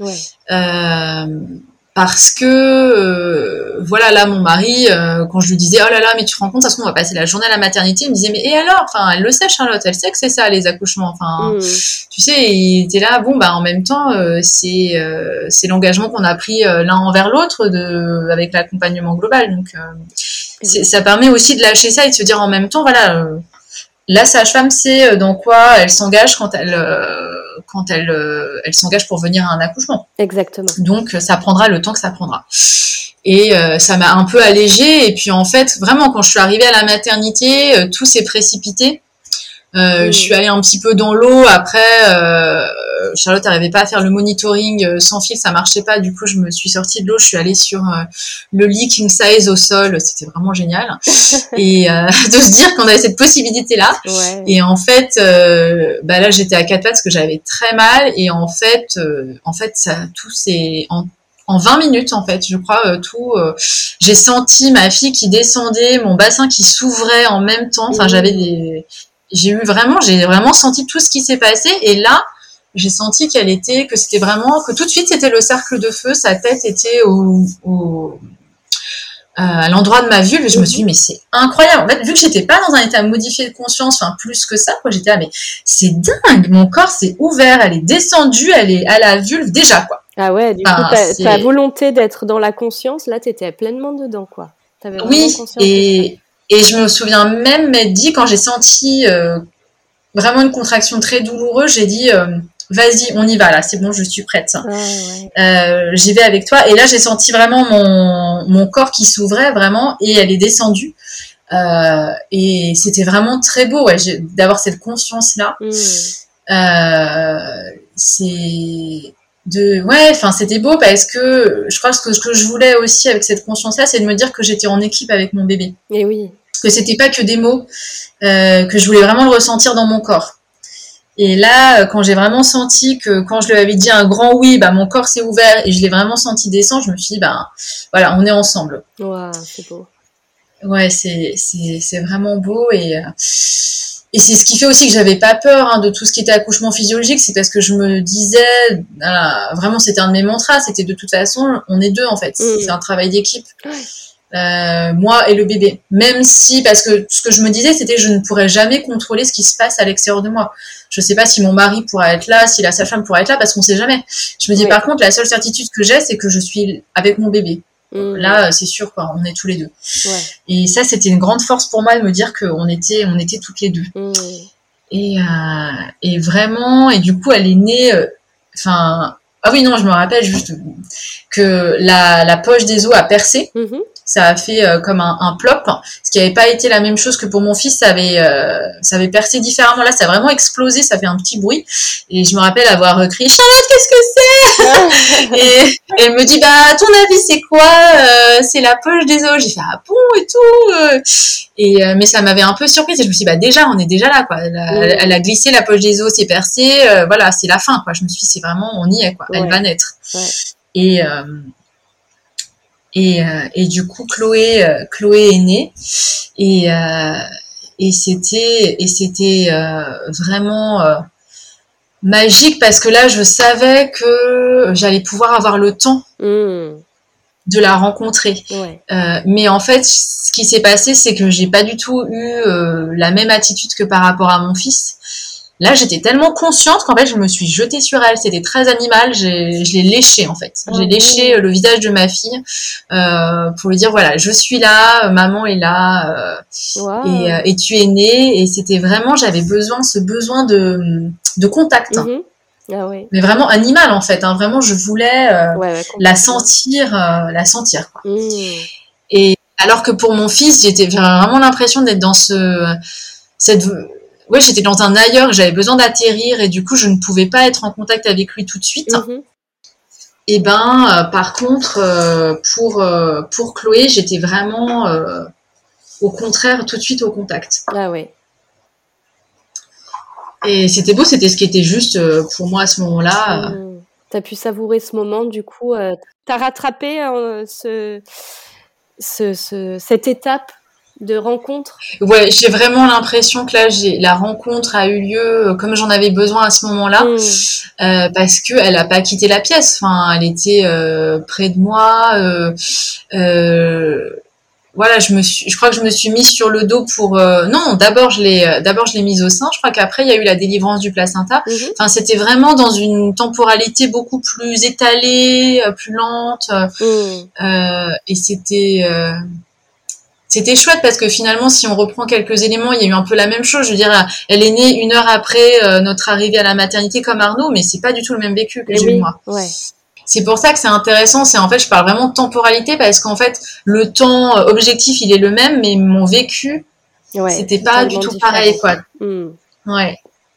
Parce que là mon mari quand je lui disais oh là là mais tu te rends compte ça se trouve on va passer la journée à la maternité, il me disait mais et alors, enfin elle le sait Charlotte, elle sait que c'est ça les accouchements, enfin tu sais, il était là en même temps c'est l'engagement qu'on a pris l'un envers l'autre avec l'accompagnement global, donc ça permet aussi de lâcher ça et de se dire en même temps la sage-femme sait dans quoi elle s'engage quand elle s'engage pour venir à un accouchement. Exactement. Donc ça prendra le temps que ça prendra. Et ça m'a un peu allégée. Et puis en fait, vraiment, quand je suis arrivée à la maternité, tout s'est précipité. Je suis allée un petit peu dans l'eau. Après, Charlotte n'arrivait pas à faire le monitoring sans fil, ça marchait pas. Du coup, je me suis sortie de l'eau. Je suis allée sur le lit king size au sol. C'était vraiment génial. Et de se dire qu'on avait cette possibilité-là. Ouais. Et en fait, là, j'étais à 4 pattes parce que j'avais très mal. Et en fait, ça tout s'est en 20 minutes, en fait, je crois, j'ai senti ma fille qui descendait, mon bassin qui s'ouvrait en même temps. Enfin, j'ai vraiment senti tout ce qui s'est passé. Et là, j'ai senti que c'était vraiment, que tout de suite, c'était le cercle de feu. Sa tête était à l'endroit de ma vulve. Et je me suis dit, mais c'est incroyable. En fait, vu que j'étais pas dans un état modifié de conscience, enfin, plus que ça, quoi, j'étais là, mais c'est dingue. Mon corps s'est ouvert, elle est descendue, elle est à la vulve déjà, quoi. Ah ouais, du coup, ta volonté d'être dans la conscience, là, t'étais pleinement dedans, quoi. T'avais vraiment conscience et je me souviens même m'être dit, quand j'ai senti vraiment une contraction très douloureuse, j'ai dit, vas-y, on y va, là, c'est bon, je suis prête. Ah, ouais. J'y vais avec toi. Et là, j'ai senti vraiment mon corps qui s'ouvrait, vraiment, et elle est descendue. Et c'était vraiment très beau, d'avoir cette conscience-là. ouais, enfin c'était beau parce que je crois que ce que je voulais aussi avec cette conscience-là, c'est de me dire que j'étais en équipe avec mon bébé. Et oui. Que c'était pas que des mots, que je voulais vraiment le ressentir dans mon corps. Et là, quand j'ai vraiment senti que quand je lui avais dit un grand oui, bah mon corps s'est ouvert et je l'ai vraiment senti descendre, je me suis dit bah voilà, on est ensemble. Waouh, c'est beau. Ouais, c'est vraiment beau et c'est ce qui fait aussi que j'avais pas peur de tout ce qui était accouchement physiologique, c'est parce que je me disais, vraiment c'était un de mes mantras, c'était de toute façon, on est deux en fait, c'est un travail d'équipe. Moi et le bébé. Même si, parce que ce que je me disais, c'était que je ne pourrais jamais contrôler ce qui se passe à l'extérieur de moi. Je sais pas si mon mari pourra être là, si la sage-femme pourra être là, parce qu'on sait jamais. Je me dis par contre, la seule certitude que j'ai, c'est que je suis avec mon bébé. Là, c'est sûr, quoi, on est tous les deux. Ouais. Et ça, c'était une grande force pour moi de me dire qu'on était toutes les deux. Et vraiment, et du coup, elle est née, ah oui, non, je me rappelle juste que la poche des os a percé. Ça a fait comme un plop, ce qui n'avait pas été la même chose que pour mon fils. Ça avait percé différemment. Là, ça a vraiment explosé, ça fait un petit bruit. Et je me rappelle avoir crié « Charlotte, qu'est-ce que c'est ?» Et elle me dit « Bah, à ton avis, c'est quoi ?»« C'est la poche des os. » J'ai fait « Ah bon ?» et tout. Mais ça m'avait un peu surprise. Et je me suis dit « Bah déjà, on est déjà là, quoi. » Elle a glissé, la poche des os, c'est percé. Voilà, c'est la fin, quoi. Je me suis dit « C'est vraiment, on y est, quoi. Elle va naître. » Et du coup, Chloé est née et c'était vraiment magique parce que là, je savais que j'allais pouvoir avoir le temps de la rencontrer. Mais en fait, ce qui s'est passé, c'est que j'ai pas du tout eu la même attitude que par rapport à mon fils. Là, j'étais tellement consciente qu'en fait, je me suis jetée sur elle. C'était très animal. Je l'ai léchée, en fait. J'ai léché le visage de ma fille pour lui dire, voilà, je suis là, maman est là, et tu es née. Et c'était vraiment, j'avais ce besoin de contact. Ah ouais. Mais vraiment animal, en fait. Vraiment, je voulais la sentir, quoi. Et alors que pour mon fils, j'avais vraiment l'impression d'être dans j'étais dans un ailleurs, j'avais besoin d'atterrir et du coup, je ne pouvais pas être en contact avec lui tout de suite. Et par contre, pour Chloé, j'étais vraiment, au contraire, tout de suite au contact. Ah ouais. Et c'était beau, c'était ce qui était juste pour moi à ce moment-là. T'as pu savourer ce moment, du coup, t'as rattrapé cette étape de rencontre. Ouais, j'ai vraiment l'impression que là, la rencontre a eu lieu comme j'en avais besoin à ce moment-là, parce que elle a pas quitté la pièce. Enfin, elle était près de moi. Voilà, je crois que je me suis mise sur le dos pour. Non, d'abord je l'ai mise au sein. Je crois qu'après il y a eu la délivrance du placenta. Enfin, c'était vraiment dans une temporalité beaucoup plus étalée, plus lente, et c'était chouette parce que finalement, si on reprend quelques éléments, il y a eu un peu la même chose. Je veux dire, elle est née 1 heure après notre arrivée à la maternité comme Arnaud, mais c'est pas du tout le même vécu que j'ai eu moi. Ouais. C'est pour ça que c'est intéressant. C'est en fait, je parle vraiment de temporalité parce qu'en fait, le temps objectif, il est le même, mais mon vécu, c'était pas du tout pareil, quoi. Ouais.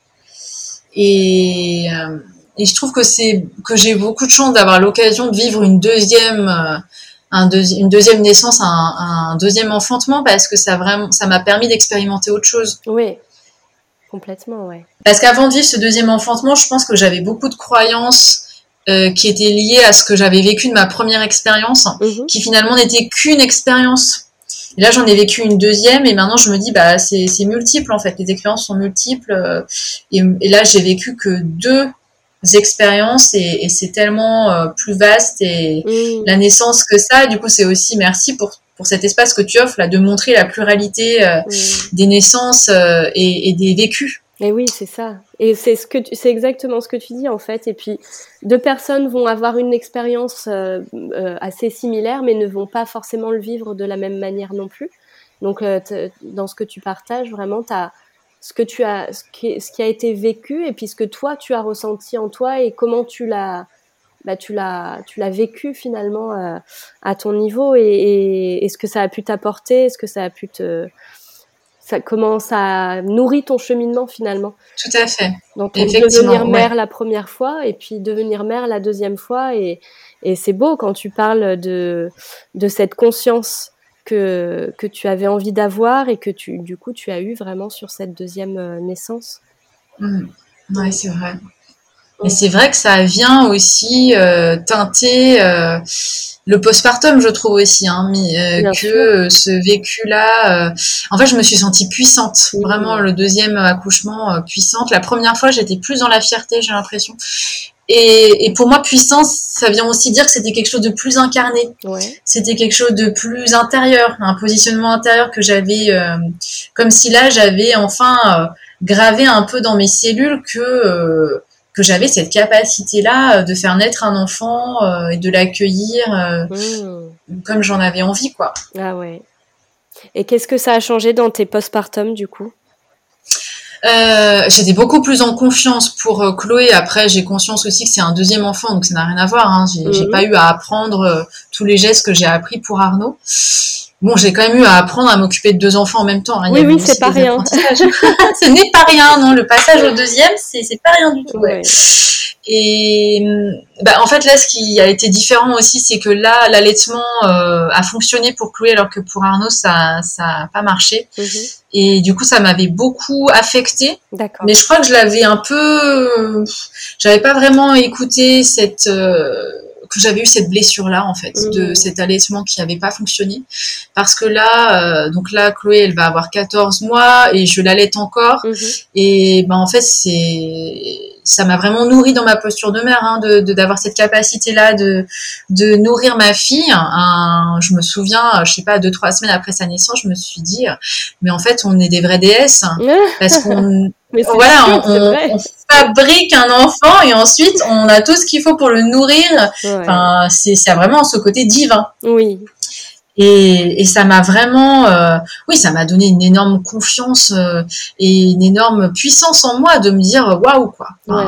Et je trouve que j'ai beaucoup de chance d'avoir l'occasion de vivre une deuxième naissance, un deuxième enfantement, parce que ça m'a permis d'expérimenter autre chose. Oui, complètement, ouais. Parce qu'avant de vivre ce deuxième enfantement, je pense que j'avais beaucoup de croyances qui étaient liées à ce que j'avais vécu de ma première expérience, qui finalement n'était qu'une expérience. Et là, j'en ai vécu une deuxième, et maintenant je me dis, bah c'est multiple en fait. Les expériences sont multiples, et là j'ai vécu que 2 expériences et c'est tellement plus vaste et la naissance que ça. Du coup, c'est aussi merci pour cet espace que tu offres là de montrer la pluralité des naissances et des vécus. Et oui, c'est ça. Et c'est exactement ce que tu dis en fait. Et puis 2 personnes vont avoir une expérience assez similaire, mais ne vont pas forcément le vivre de la même manière non plus. Donc dans ce que tu partages, vraiment, t'as ce qui a été vécu et puis ce que toi tu as ressenti en toi et comment tu l'as vécu finalement à ton niveau et ce que ça a pu t'apporter, ce que ça a pu comment ça nourrit ton cheminement finalement. Tout à fait. Dans ton devenir mère la première fois et puis devenir mère la deuxième fois. Et c'est beau quand tu parles de cette conscience que tu avais envie d'avoir et que du coup tu as eu vraiment sur cette deuxième naissance. Ouais, c'est vrai. Et c'est vrai que ça vient aussi teinter le postpartum, je trouve aussi, que ce vécu-là. En fait, je me suis sentie puissante, vraiment le deuxième accouchement puissante. La première fois, j'étais plus dans la fierté, j'ai l'impression. Et pour moi, puissance, ça vient aussi dire que c'était quelque chose de plus incarné. Ouais. C'était quelque chose de plus intérieur, un positionnement intérieur que j'avais, comme si là, j'avais enfin gravé un peu dans mes cellules que j'avais cette capacité-là de faire naître un enfant et de l'accueillir comme j'en avais envie, quoi. Ah ouais. Et qu'est-ce que ça a changé dans tes postpartum, du coup ? J'étais beaucoup plus en confiance pour Chloé. Après, j'ai conscience aussi que c'est un deuxième enfant, donc ça n'a rien à voir. J'ai pas eu à apprendre tous les gestes que j'ai appris pour Arnaud. Bon, j'ai quand même eu à apprendre à m'occuper de 2 enfants en même temps. Oui, c'est pas rien. Ce n'est pas rien, non. Le passage au deuxième, c'est pas rien du tout. Ouais. Et en fait, là, ce qui a été différent aussi, c'est que là, l'allaitement a fonctionné pour Chloé, alors que pour Arnaud, ça a pas marché. Et du coup, ça m'avait beaucoup affectée. D'accord. Mais je crois que je l'avais un peu... j'avais pas vraiment écouté que j'avais eu cette blessure-là, en fait, de cet allaitement qui n'avait pas fonctionné. Parce que là, Chloé, elle va avoir 14 mois et je l'allaite encore. Et en fait, ça m'a vraiment nourri dans ma posture de mère, d'avoir cette capacité-là de nourrir ma fille. Je me souviens, je sais pas, 2-3 semaines après sa naissance, je me suis dit, mais en fait, on est des vraies déesses. Parce qu'on... on fabrique un enfant et ensuite on a tout ce qu'il faut pour le nourrir. Enfin, c'est vraiment ce côté divin. Oui. Et ça m'a vraiment, ça m'a donné une énorme confiance et une énorme puissance en moi de me dire waouh quoi.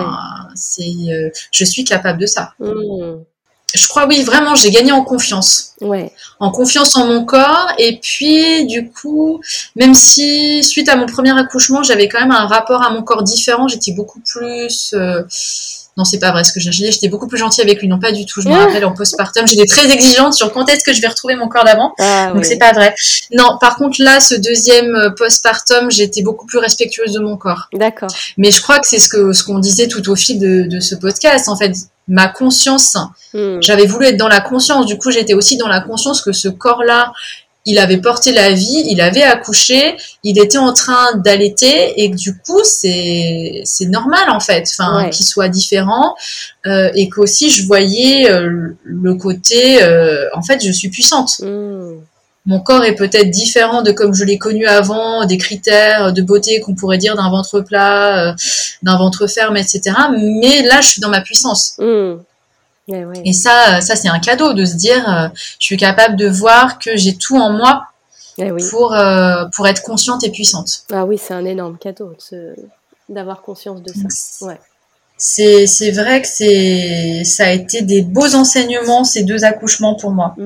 Je suis capable de ça. Je crois vraiment j'ai gagné en confiance. En confiance en mon corps et puis du coup même si suite à mon premier accouchement j'avais quand même un rapport à mon corps différent, j'étais beaucoup plus non, c'est pas vrai ce que j'ai dit. J'étais beaucoup plus gentille avec lui. Non, pas du tout. Je me rappelle en postpartum, j'étais très exigeante sur quand est-ce que je vais retrouver mon corps d'avant. Donc c'est pas vrai. Non, par contre là, ce deuxième postpartum, j'étais beaucoup plus respectueuse de mon corps. D'accord. Mais je crois que c'est ce qu'on disait tout au fil de ce podcast. En fait, ma conscience, j'avais voulu être dans la conscience. Du coup, j'étais aussi dans la conscience que ce corps-là, il avait porté la vie, il avait accouché, il était en train d'allaiter et que du coup c'est normal en fait, qu'il soit différent et qu'aussi je voyais le côté en fait je suis puissante. Mon corps est peut-être différent de comme je l'ai connu avant, des critères de beauté qu'on pourrait dire d'un ventre plat, d'un ventre ferme, etc. Mais là je suis dans ma puissance. Et ça c'est un cadeau de se dire je suis capable de voir que j'ai tout en moi pour être consciente et puissante. Ah oui, c'est un énorme cadeau d'avoir conscience de ça. C'est vrai que ça a été des beaux enseignements ces 2 accouchements pour moi.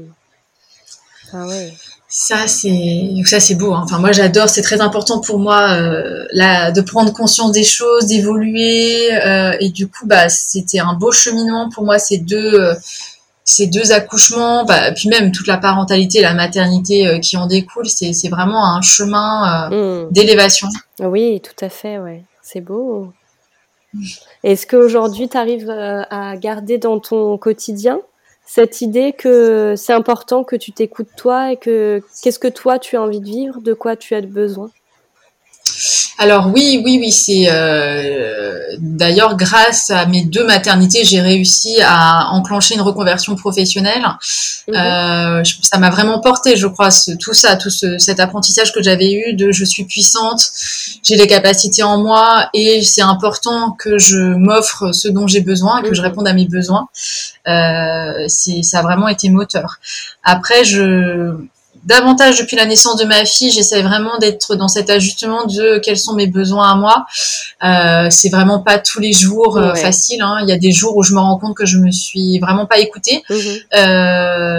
Ah ouais. Ça c'est beau. Enfin moi j'adore, c'est très important pour moi de prendre conscience des choses, d'évoluer et du coup c'était un beau cheminement pour moi ces deux accouchements, puis même toute la parentalité, la maternité qui en découle, c'est vraiment un chemin d'élévation. Oui, tout à fait, ouais. C'est beau. Est-ce qu'aujourd'hui tu arrives à garder dans ton quotidien cette idée que c'est important que tu t'écoutes toi et que qu'est-ce que toi tu as envie de vivre, de quoi tu as besoin ? Alors oui, c'est d'ailleurs grâce à mes 2 maternités, j'ai réussi à enclencher une reconversion professionnelle. Ça m'a vraiment porté, je crois, cet apprentissage que j'avais eu de je suis puissante, j'ai les capacités en moi et c'est important que je m'offre ce dont j'ai besoin, que je réponde à mes besoins. Ça a vraiment été moteur. Après, davantage depuis la naissance de ma fille, j'essaie vraiment d'être dans cet ajustement de quels sont mes besoins à moi. C'est vraiment pas tous les jours facile. Il y a des jours où je me rends compte que je me suis vraiment pas écoutée.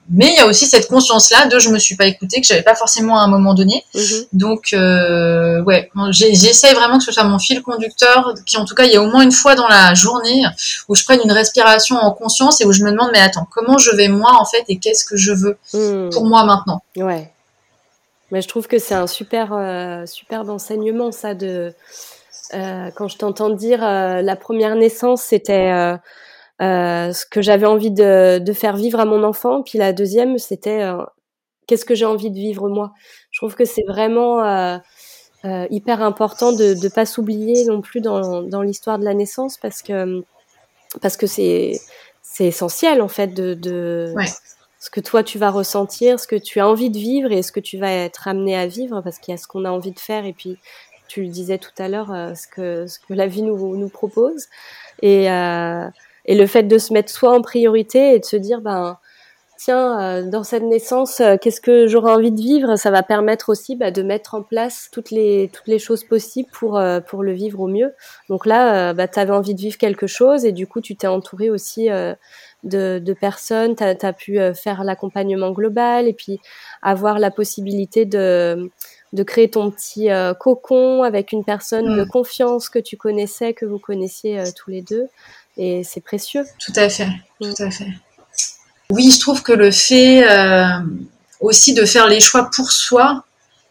mais il y a aussi cette conscience-là de je me suis pas écoutée, que j'avais pas forcément à un moment donné. Donc, ouais, j'essaye vraiment que ce soit mon fil conducteur, en tout cas, il y a au moins une fois dans la journée où je prenne une respiration en conscience et où je me demande, mais attends, comment je vais moi, en fait, et qu'est-ce que je veux pour moi maintenant? Ouais. Mais je trouve que c'est un superbe enseignement, ça, quand je t'entends dire la première naissance, c'était ce que j'avais envie de faire vivre à mon enfant, puis la deuxième, c'était qu'est-ce que j'ai envie de vivre moi. Je trouve que c'est vraiment hyper important de pas s'oublier non plus dans l'histoire de la naissance, parce que c'est essentiel en fait de ce que toi tu vas ressentir, ce que tu as envie de vivre et ce que tu vas être amené à vivre, parce qu'il y a ce qu'on a envie de faire et puis tu le disais tout à l'heure, ce que la vie nous propose, et le fait de se mettre soi en priorité et de se dire tiens, dans cette naissance, qu'est-ce que j'aurais envie de vivre, ça va permettre aussi de mettre en place toutes les choses possibles pour le vivre au mieux. Donc là, tu avais envie de vivre quelque chose et du coup tu t'es entouré aussi de personnes, t'as pu faire l'accompagnement global et puis avoir la possibilité de créer ton petit cocon avec une personne de confiance que tu connaissais, que vous connaissiez tous les deux, et c'est précieux. Tout à fait, tout à fait. Oui, je trouve que le fait aussi de faire les choix pour soi,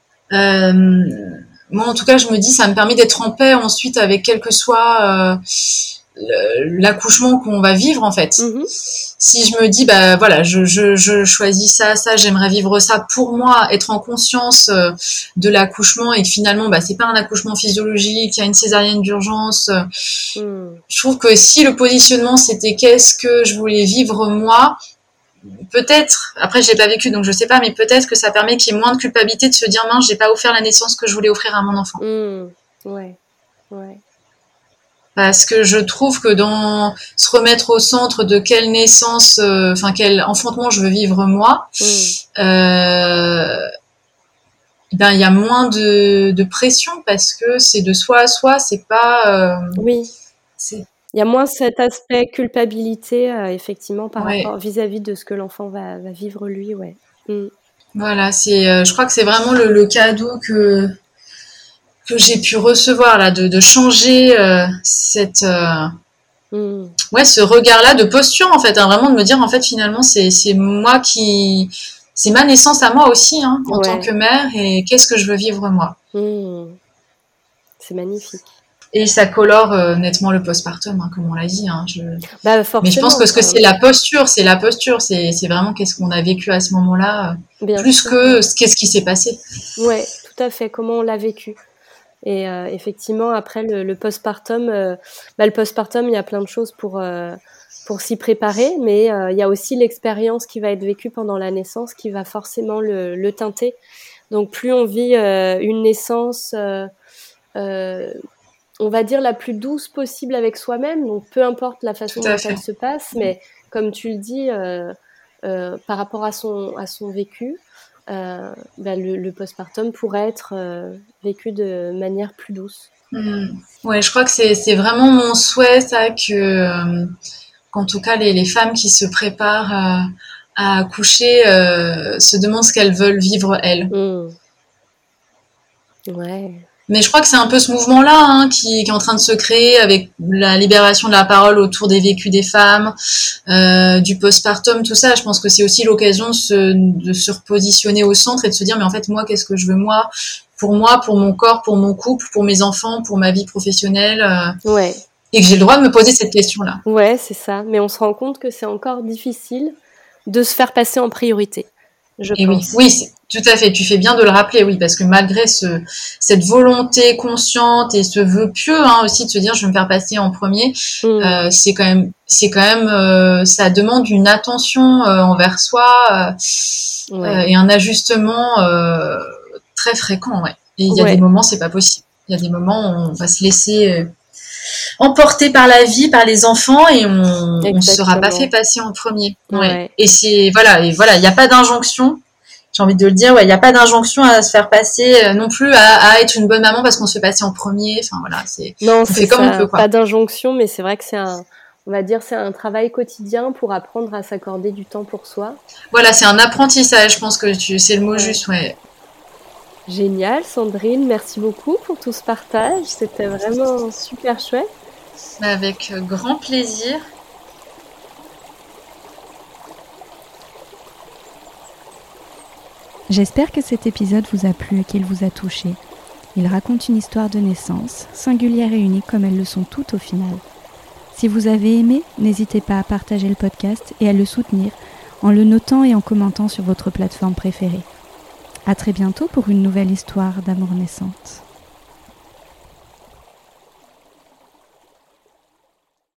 moi en tout cas je me dis ça me permet d'être en paix ensuite avec quel que soit l'accouchement qu'on va vivre en fait. Si je me dis voilà, je choisis ça, j'aimerais vivre ça pour moi, être en conscience de l'accouchement et que finalement c'est pas un accouchement physiologique, il y a une césarienne d'urgence. Je trouve que si le positionnement c'était qu'est-ce que je voulais vivre moi, peut-être, après je l'ai pas vécu donc je sais pas, mais peut-être que ça permet qu'il y ait moins de culpabilité de se dire mince, j'ai pas offert la naissance que je voulais offrir à mon enfant. Ouais. Parce que je trouve que dans se remettre au centre de quelle naissance, quel enfantement je veux vivre moi, il y a moins de pression parce que c'est de soi à soi, c'est pas. Oui. Il y a moins cet aspect culpabilité, effectivement, par rapport vis-à-vis de ce que l'enfant va vivre lui, ouais. Voilà, je crois que c'est vraiment le cadeau que j'ai pu recevoir là, de changer ce regard-là de posture en fait, vraiment de me dire en fait finalement c'est moi c'est ma naissance à moi aussi en tant que mère, et qu'est-ce que je veux vivre moi. C'est magnifique. Et ça colore nettement le postpartum, comme on l'a dit. Mais je pense que ce que c'est la posture, c'est vraiment qu'est-ce qu'on a vécu à ce moment-là, plus que qu'est-ce qui s'est passé. Ouais, tout à fait, comment on l'a vécu. Et effectivement, après le postpartum, le postpartum, il y a plein de choses pour s'y préparer, mais il y a aussi l'expérience qui va être vécue pendant la naissance qui va forcément le teinter. Donc plus on vit une naissance, on va dire la plus douce possible avec soi-même, donc peu importe la façon dont elle se passe, mais comme tu le dis, par rapport à son vécu, le postpartum pourrait être vécu de manière plus douce. Ouais, je crois que c'est vraiment mon souhait, ça, qu'en tout cas les femmes qui se préparent à accoucher se demandent ce qu'elles veulent vivre elles. Ouais. Mais je crois que c'est un peu ce mouvement-là qui est en train de se créer avec la libération de la parole autour des vécus des femmes, du postpartum, tout ça. Je pense que c'est aussi l'occasion de se repositionner au centre et de se dire mais en fait moi qu'est-ce que je veux moi, pour mon corps, pour mon couple, pour mes enfants, pour ma vie professionnelle. Et que j'ai le droit de me poser cette question-là. Ouais, c'est ça. Mais on se rend compte que c'est encore difficile de se faire passer en priorité. Je pense. Oui, tout à fait. Tu fais bien de le rappeler, oui, parce que malgré cette volonté consciente et ce vœu pieux aussi de se dire je vais me faire passer en premier, c'est quand même ça demande une attention envers soi et un ajustement très fréquent, ouais. Et il y a des moments c'est pas possible. Il y a des moments où on va se laisser emporté par la vie, par les enfants, et on ne sera pas fait passer en premier. Ouais. Et il n'y a pas d'injonction. J'ai envie de le dire, il n'y a pas d'injonction à se faire passer non plus à être une bonne maman parce qu'on se fait passer en premier. Enfin voilà, on fait comme on peut, quoi. Pas d'injonction, mais c'est vrai que c'est on va dire, c'est un travail quotidien pour apprendre à s'accorder du temps pour soi. Voilà, c'est un apprentissage, je pense que c'est le mot juste, ouais. Génial, Sandrine, merci beaucoup pour tout ce partage, c'était vraiment super chouette. Avec grand plaisir. J'espère que cet épisode vous a plu et qu'il vous a touché. Il raconte une histoire de naissance, singulière et unique comme elles le sont toutes au final. Si vous avez aimé, n'hésitez pas à partager le podcast et à le soutenir en le notant et en commentant sur votre plateforme préférée. À très bientôt pour une nouvelle histoire d'amour naissante.